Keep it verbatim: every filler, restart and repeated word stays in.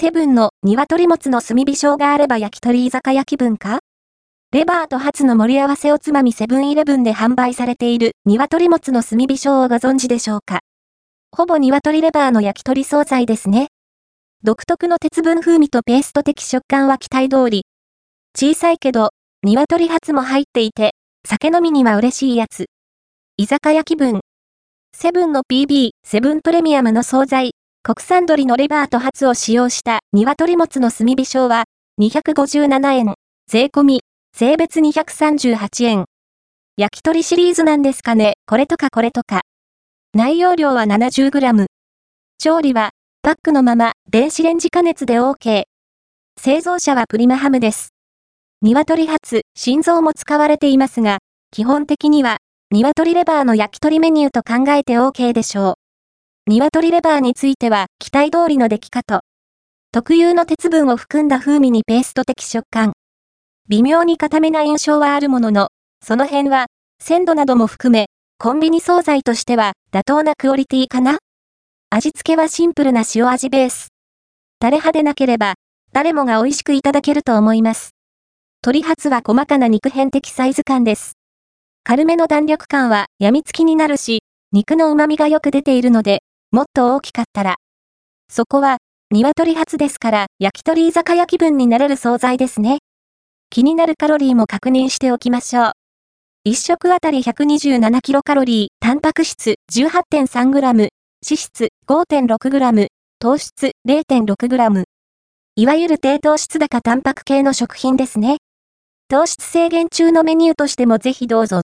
セブンの鶏もつの炭火生があれば焼き鳥居酒屋気分か？レバーとハツの盛り合わせおつまみセブンイレブンで販売されている鶏もつの炭火生をご存知でしょうか？ほぼ鶏レバーの焼き鳥惣菜ですね。独特の鉄分風味とペースト的食感は期待通り。小さいけど、鶏ハツも入っていて、酒飲みには嬉しいやつ。居酒屋気分。セブンの ピービー、セブンプレミアムの惣菜。国産鶏のレバーとハツを使用した鶏もつの炭火生はにひゃくごじゅうななえん、税込み、税別にひゃくさんじゅうはちえん。焼き鳥シリーズなんですかね、これとかこれとか。内容量は ななじゅうグラム。調理は、パックのまま電子レンジ加熱で OK。製造者はプリマハムです。鶏ハツ、心臓も使われていますが、基本的には、鶏レバーの焼き鳥メニューと考えて OK でしょう。鶏レバーについては期待通りの出来かと。特有の鉄分を含んだ風味にペースト的食感。微妙に固めな印象はあるものの、その辺は鮮度なども含め、コンビニ惣菜としては妥当なクオリティかな？味付けはシンプルな塩味ベース。タレ派でなければ、誰もが美味しくいただけると思います。鶏ハツは細かな肉片的サイズ感です。軽めの弾力感は病みつきになるし、肉の旨味がよく出ているので、もっと大きかったら。そこは、鶏ハツですから焼き鳥居酒屋気分になれる惣菜ですね。気になるカロリーも確認しておきましょう。いっ食あたり ひゃくにじゅうななキロカロリー、タンパク質 じゅうはってんさんグラム、脂質 ごてんろくグラム、糖質 れいてんろくグラム。いわゆる低糖質高タンパク系の食品ですね。糖質制限中のメニューとしてもぜひどうぞ。